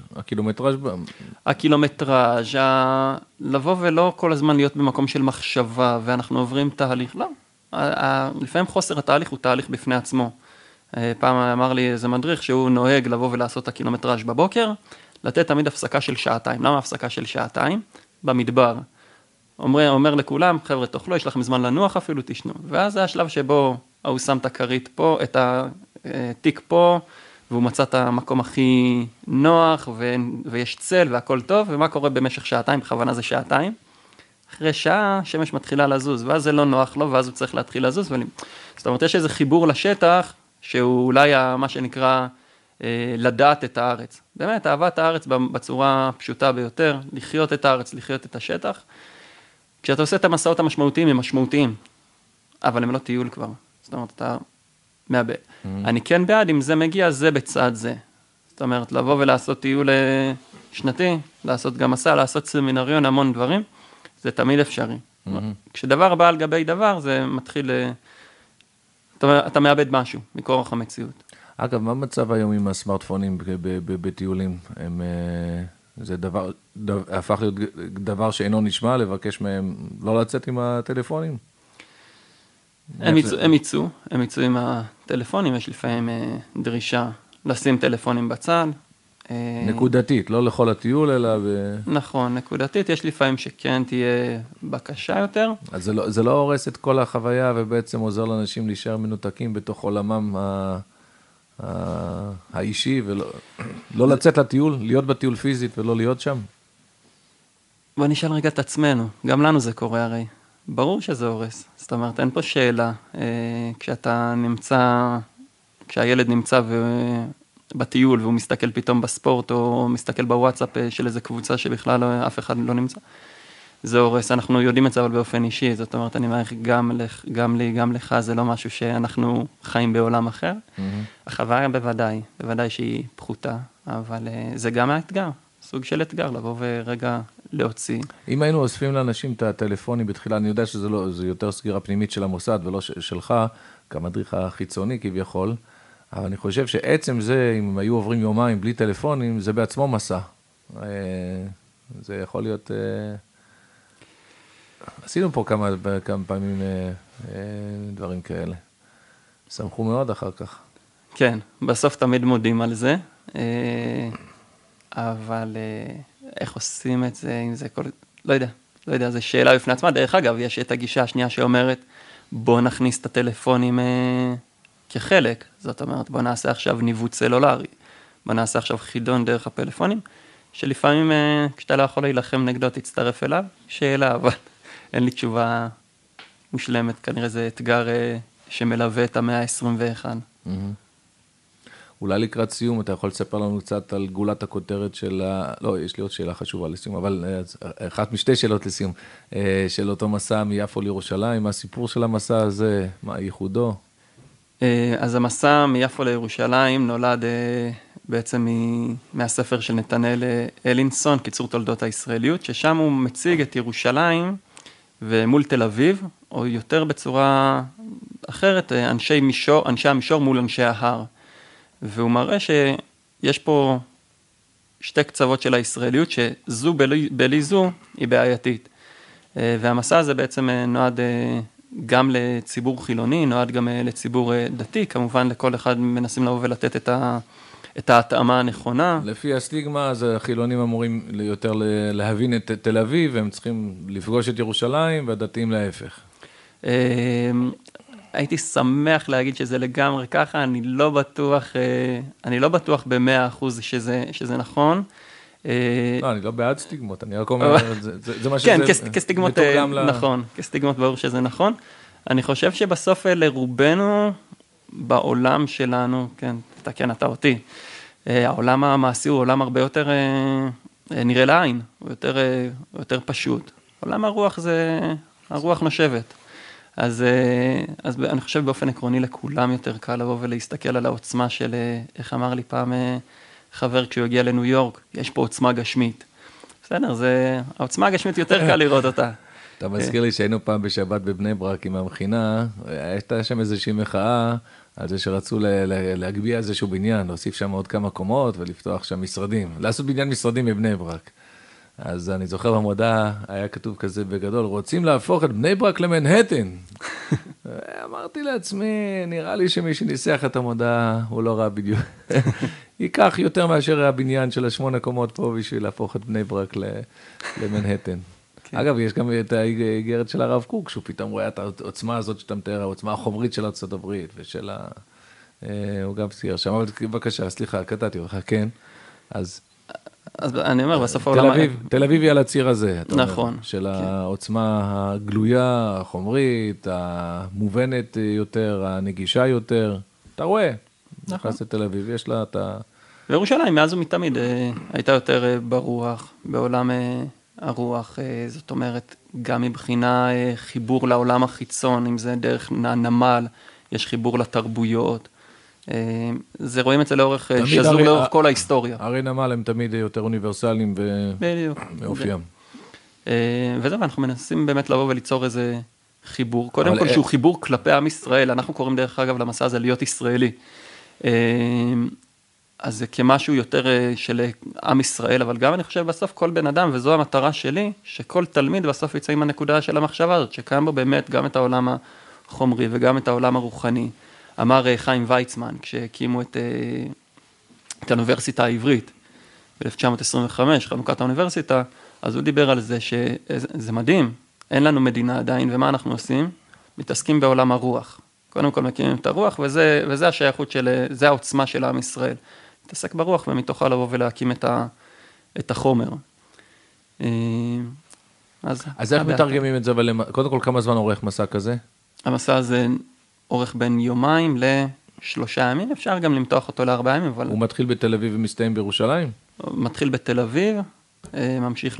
הקילומטראז', לבוא ולא כל הזמן להיות במקום של מחשבה, ואנחנו עוברים תהליך. לא. לפעמים חוסר התהליך הוא תהליך בפני עצמו. פעם אמר לי איזה מדריך שהוא נוהג לבוא ולעשות את הקילומטראז' בבוקר, לתת תמיד הפסקה של 2 שעות. למה הפסקה של 2 שעות? במדבר. אומר לכולם, חבר'ה, תאכלו, יש לכם זמן לנוח אפילו, תשנו. ואז זה השלב שבו הוא שם את הכרית פה, את התיק פה, והוא מצא את המקום הכי נוח, ויש צל והכל טוב, ומה קורה במשך 2 שעות, בכוונה זה 2 שעות. אחרי שעה, שמש מתחילה לזוז, ואז זה לא נוח לו, ואז הוא צריך להתחיל לזוז. זאת אומרת, יש איזה חיבור לשטח, שהוא אולי מה שנקרא, לדעת את הארץ. באמת, אהבת הארץ בצורה פשוטה ביותר, לחיות את הארץ, לחיות את השטח. כשאתה עושה את המסעות המשמעותיים, הם משמעותיים, אבל הם לא טיול כבר. זאת אומרת, אתה מאבד. אני כן בעד, אם זה מגיע, זה בצד זה. זאת אומרת, לבוא ולעשות טיול שנתי, לעשות גם מסע, לעשות סמינריון, המון דברים, זה תמיד אפשרי. כשדבר בא על גבי דבר, זה מתחיל, אתה מאבד משהו, מכורח המציאות. אגב, מה המצב היום עם הסמארטפונים בטיולים? זה הפך להיות דבר שאינו נשמע, לבקש מהם לא לצאת עם הטלפונים? הם יצאו עם הטלפונים, יש לפעמים דרישה לשים טלפונים בצד. נקודתית, לא לכל הטיול, אלא נכון, נקודתית, יש לפעמים שכן תהיה בקשה יותר. אז זה לא הורס את כל החוויה, ובעצם עוזר לאנשים להישאר מנותקים בתוך עולמם האישי, ולא לצאת לטיול, להיות בטיול פיזית ולא להיות שם? בוא נשאל רגע את עצמנו, גם לנו זה קורה הרי. ברור שזה הורס, זאת אומרת, אין פה שאלה. כשהילד נמצא בטיול והוא מסתכל פתאום בספורט, או מסתכל בוואטסאפ של איזו קבוצה שבכלל אף אחד לא נמצא, זה הורס. אנחנו יודעים את זה אבל באופן אישי, זאת אומרת, אני מעריך גם לי, גם לך, זה לא משהו שאנחנו חיים בעולם אחר. החוויה בוודאי שהיא פחותה, אבל זה גם האתגר, סוג של אתגר, לבוא ורגע להוציא. אם היינו אוספים לאנשים את הטלפונים בתחילה, אני יודע שזה לא, זה יותר סגירה פנימית של המוסד ולא שלך, כמדריך החיצוני כביכול, אבל אני חושב שעצם זה, אם היו עוברים יומיים בלי טלפונים, זה בעצמו מסע. זה יכול להיות... עשינו פה כמה פעמים דברים כאלה. שמחו מאוד אחר כך. כן, בסוף תמיד מודים על זה, אבל איך עושים את זה, אם זה כל... לא יודע, זו שאלה בפני עצמה. דרך אגב, יש את הגישה השנייה שאומרת, בוא נכניס את הטלפונים כחלק, זאת אומרת, בוא נעשה עכשיו ניווט סלולרי, בוא נעשה עכשיו חידון דרך הפלאפונים, שלפעמים כשאתה לא יכול להילחם נגדו, תצטרף אליו, שאלה, אבל אין לי תשובה מושלמת, כנראה זה אתגר שמלווה את המאה ה-21. אולי לקראת סיום, אתה יכול לספר לנו קצת על גולת הכותרת של לא, יש לי עוד שאלה חשובה לסיום, אבל אחת משתי שאלות לסיום, של אותו מסע מיפו לירושלים, מה הסיפור של המסע הזה, מה ייחודו? אז המסע מיפו לירושלים נולד בעצם מהספר של נתנאל אלינסון, קיצור תולדות הישראליות, ששם הוא מציג את ירושלים ומול תל אביב, או יותר בצורה אחרת, אנשי המישור מול אנשי ההר. והוא מראה שיש פה שתי קצוות של הישראליות, שזו בלי זו היא בעייתית. והמסע הזה בעצם נועד גם לציבור חילוני, נועד גם לציבור דתי, כמובן לכל אחד מנסים לבוא ולתת את ההתאמה הנכונה. לפי הסטיגמה, אז החילונים אמורים יותר להבין את תל אביב, והם צריכים לפגוש את ירושלים, והדתיים להפך. הייתי שמח להגיד שזה לגמרי ככה, אני לא בטוח ב100% שזה נכון. לא, אני לא בעד סטיגמות, אני רק אומר, זה מה שזה... כן, כסטיגמות, נכון, כסטיגמות ברור שזה נכון. אני חושב שבסוף לרובנו, בעולם שלנו, כן, תתקן אתה אותי, העולם המעשי הוא עולם הרבה יותר נראה לעין, הוא יותר פשוט. עולם הרוח זה, הרוח נושבת. אז אני חושב באופן עקרוני לכולם יותר קל לבוא ולהסתכל על העוצמה של, איך אמר לי פעם חבר כשהוא הגיע לניו יורק, יש פה עוצמה גשמית. בסדר, העוצמה הגשמית יותר קל לראות אותה. אתה מזכיר לי שהיינו פעם בשבת בבני ברק עם המכינה, הייתה שם איזושהי מחאה על זה שרצו להגביע איזשהו בניין, להוסיף שם עוד כמה קומות ולפתוח שם משרדים, לעשות בניין משרדים בבני ברק. אז אני זוכר במודעה, היה כתוב כזה בגדול, רוצים להפוך את בני ברק למנהטן. אמרתי לעצמי, נראה לי שמי שניסח את המודעה, הוא לא רע בדיוק. ייקח יותר מאשר הבניין של 8 קומות פה, בשביל להפוך את בני ברק למנהטן. אגב, יש גם את האיגרת של הרב קוק, שהוא פתאום רואה את העוצמה הזאת שאתה מתאר, העוצמה החומרית של ארצות הברית, ושל הוא גם צייר שם, אבל בבקשה, סליחה, קטעתי אותך, כן. אז אני אומר, בסוף העולם... תל אביב היא על הציר הזה, נכון. של העוצמה הגלויה, החומרית, המובנת יותר, הנגישה יותר. אתה רואה, נכנס לתל אביב, יש לה את ה... וירושלים, מאז ומתמיד, הייתה יותר ברוח, בעולם הרוח, זאת אומרת, גם מבחינה חיבור לעולם החיצון, אם זה דרך הנמל, יש חיבור לתרבויות, זה רואים את זה לאורך, שזור לאורך כל ההיסטוריה. הרי נמל הם תמיד יותר אוניברסליים ומאופיים. וזהו, אנחנו מנסים באמת לבוא וליצור איזה חיבור, קודם כל שהוא חיבור כלפי עם ישראל, אנחנו קוראים דרך אגב למסע הזה להיות ישראלי. אז זה כמשהו יותר של עם ישראל, אבל גם אני חושב בסוף כל בן אדם, וזו המטרה שלי, שכל תלמיד בסוף יצא עם הנקודה של המחשבה הזאת, שקיים בו באמת גם את העולם החומרי וגם את העולם הרוחני. אמר חיים ויצמן, כשהקימו את האוניברסיטה העברית, ב-1925, חנוכת האוניברסיטה, אז הוא דיבר על זה שזה מדהים, אין לנו מדינה עדיין, ומה אנחנו עושים? מתעסקים בעולם הרוח. קודם כל מקימים את הרוח, וזה השייכות זה העוצמה של עם ישראל. מתעסק ברוח, ומתוכה לבוא ולהקים את החומר. אז איך מתרגמים את זה, אבל קודם כל כמה זמן עורך מסע כזה? המסע הזה אורך בין יומיים ל3 ימים, אפשר גם למתוח אותו ל4 ימים, אבל... הוא מתחיל בתל אביב ומסתיים בירושלים? מתחיל בתל אביב, ממשיך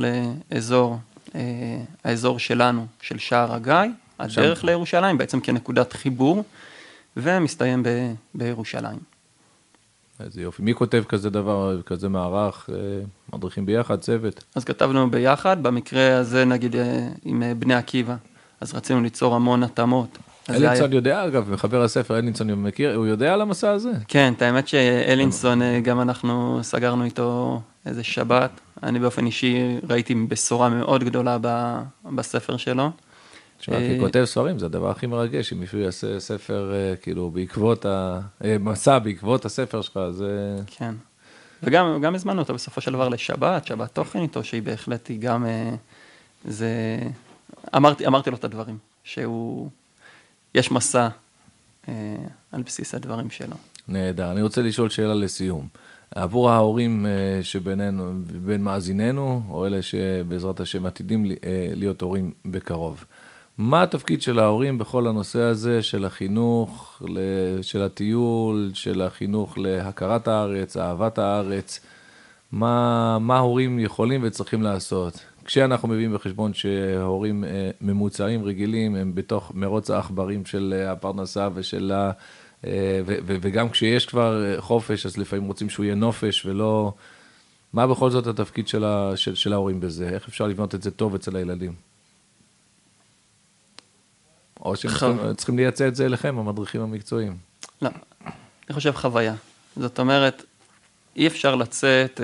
האזור שלנו, של שער הגיא, הדרך לירושלים, בעצם כנקודת חיבור, ומסתיים בירושלים. איזה יופי. מי כותב כזה דבר, כזה מערך, מדריכים ביחד, צוות? אז כתבנו ביחד, במקרה הזה נגיד עם בני עקיבא, אז רצינו ליצור המון התאמות. אלינסון יודע, אגב, מחבר הספר, אלינסון מכיר, הוא יודע על המסע הזה? כן, האמת שאלינסון, גם אנחנו סגרנו איתו איזה שבת, אני באופן אישי ראיתי בשורה מאוד גדולה בספר שלו. תשמע, כי כותב ספרים, זה הדבר הכי מרגש, אם מישהו יעשה ספר, כאילו, בעקבות מסע, בעקבות הספר שלך, זה... כן, וגם הזמנו אותו בסופו של דבר לשבת, שבת תוכן איתו, שהיא בהחלט היא גם, זה... אמרתי לו את הדברים, יש מסע על בסיס הדברים שלו. נהדר, אני רוצה לשאול שאלה לסיום. עבור ההורים שבינינו, בין מאזיננו, או אלה שבעזרת השם עתידים להיות הורים בקרוב. מה התפקיד של ההורים בכל הנושא הזה של החינוך, של הטיול, של החינוך להכרת הארץ, אהבת הארץ? מה ההורים יכולים וצריכים לעשות? כשאנחנו מביאים בחשבון שההורים ממוצעים רגילים, הם בתוך מרוץ העכברים של הפרנסה וגם כשיש כבר חופש, אז לפעמים רוצים שהוא יהיה נופש ולא... מה בכל זאת התפקיד של ההורים בזה? איך אפשר לבנות את זה טוב אצל הילדים? או שהם צריכים לייצא את זה אליכם, המדריכים המקצועיים? לא, אני חושב חוויה. זאת אומרת, אי אפשר לצאת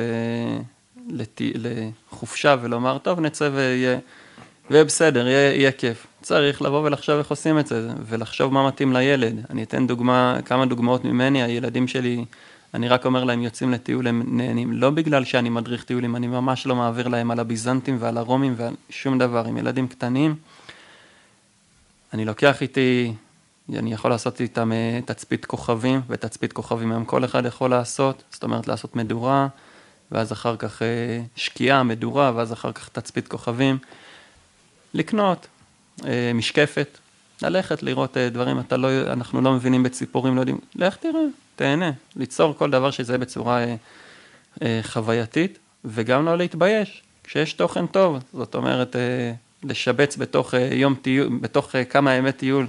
לחופשה ולומר, טוב, נצא ויהיה בסדר, יהיה כיף. צריך לבוא ולחשוב איך עושים את זה, ולחשוב מה מתאים לילד. אני אתן כמה דוגמאות ממני, הילדים שלי, אני רק אומר להם, יוצאים לטיול, הם נהנים. לא בגלל שאני מדריך טיולים, אני ממש לא מעביר להם על הביזנטים ועל הרומים ועל שום דבר. עם ילדים קטנים, אני לוקח איתי, אני יכול לעשות איתם תצפית כוכבים, ותצפית כוכבים הם כל אחד יכול לעשות, זאת אומרת לעשות מדורה, ואז אחר כך שקיעה, מדורה, ואז אחר כך תצפית כוכבים. לקנות, משקפת, ללכת לראות דברים, אנחנו לא מבינים בציפורים, לא יודעים, לך תראה, תהנה, ליצור כל דבר שזה בצורה חווייתית, וגם לא להתבייש, כשיש תוכן טוב, זאת אומרת, לשבץ בתוך יום טיול, בתוך כמה ימי טיול,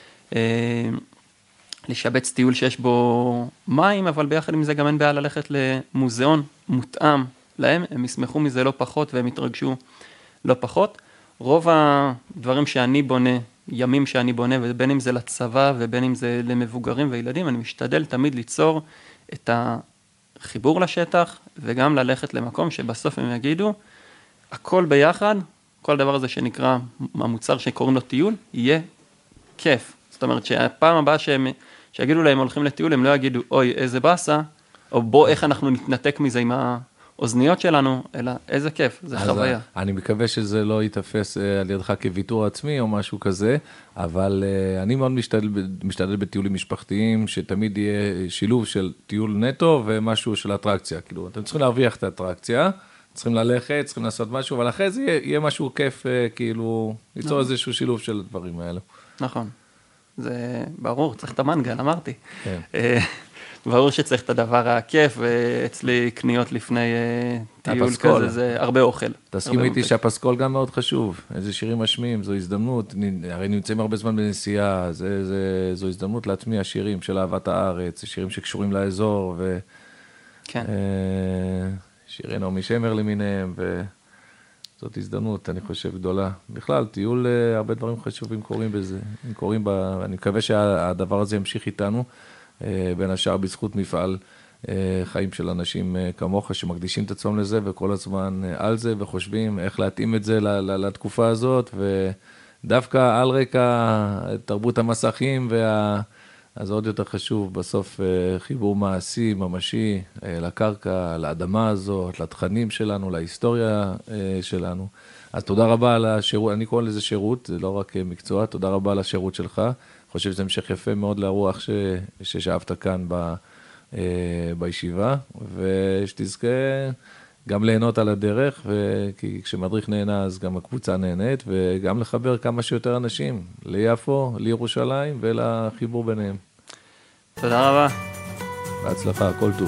לשבץ טיול שיש בו מים, אבל ביחד עם זה גם אין בעיה ללכת למוזיאון מותאם להם, הם ישמחו מזה לא פחות והם יתרגשו לא פחות. רוב הדברים שאני בונה, ימים שאני בונה, ובין אם זה לצבא ובין אם זה למבוגרים וילדים, אני משתדל תמיד ליצור את החיבור לשטח, וגם ללכת למקום שבסוף הם יגידו, הכל ביחד, כל דבר הזה שנקרא, המוצר שקוראים לו טיול, יהיה כיף. זאת אומרת שהפעם הבאה שיגידו להם הולכים לטיול, הם לא יגידו, אוי, איזה בסה, או בוא, איך אנחנו נתנתק מזה עם האוזניות שלנו, אלא איזה כיף, זה חוויה. אני מקווה שזה לא יתפס על ידך כוויתור עצמי או משהו כזה, אבל אני מאוד משתדל בטיולים משפחתיים, שתמיד יהיה שילוב של טיול נטו ומשהו של אטרקציה. כאילו, אתם צריכים להרוויח את האטרקציה, צריכים ללכת, צריכים לעשות משהו, אבל אחרי זה יהיה משהו כיף, כאילו, ליצור איזשהו שילוב של הדברים האלו. נכון. זה ברור, צריך את המנגל, אמרתי. כן. ברור שצריך את הדבר הכיף, ואצלי קניות לפני טיול כזה, זה הרבה אוכל. תסכים איתי שהפסקול גם מאוד חשוב, איזה שירים משמיעים, זו הזדמנות, הרי נמצאים הרבה זמן בנסיעה, זו הזדמנות להטמיע שירים של אהבת הארץ, שירים שקשורים לאזור, שירי נעמי שמר למיניהם, וזאת הזדמנות, אני חושב, גדולה. בכלל, טיול, הרבה דברים חשובים קורים בזה, אני מקווה שהדבר הזה ימשיך איתנו, בין השאר בזכות מפעל חיים של אנשים כמוך שמקדישים את עצמם לזה וכל הזמן על זה וחושבים איך להתאים את זה לתקופה הזאת ודווקא על רקע תרבות המסכים אז עוד יותר חשוב בסוף חיבור מעשי, ממשי לקרקע, לאדמה הזאת, לתכנים שלנו, להיסטוריה שלנו. אז תודה רבה על השירות, אני קורא לזה שירות, זה לא רק מקצוע, תודה רבה על השירות שלך. אני חושב שזה המשך יפה מאוד לרוח ששאבת כאן בישיבה, ושתזכה גם ליהנות על הדרך, כי כשמדריך נהנה אז גם הקבוצה נהנית, וגם לחבר כמה שיותר אנשים ליפו, לירושלים ולחיבור ביניהם. תודה רבה. בהצלחה, כל טוב.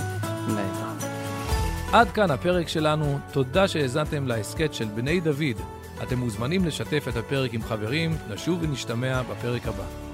עד כאן הפרק שלנו, תודה שהאזנתם להסכת של בני דוד. אתם מוזמנים לשתף את הפרק עם חברים, נשוב ונשתמע בפרק הבא.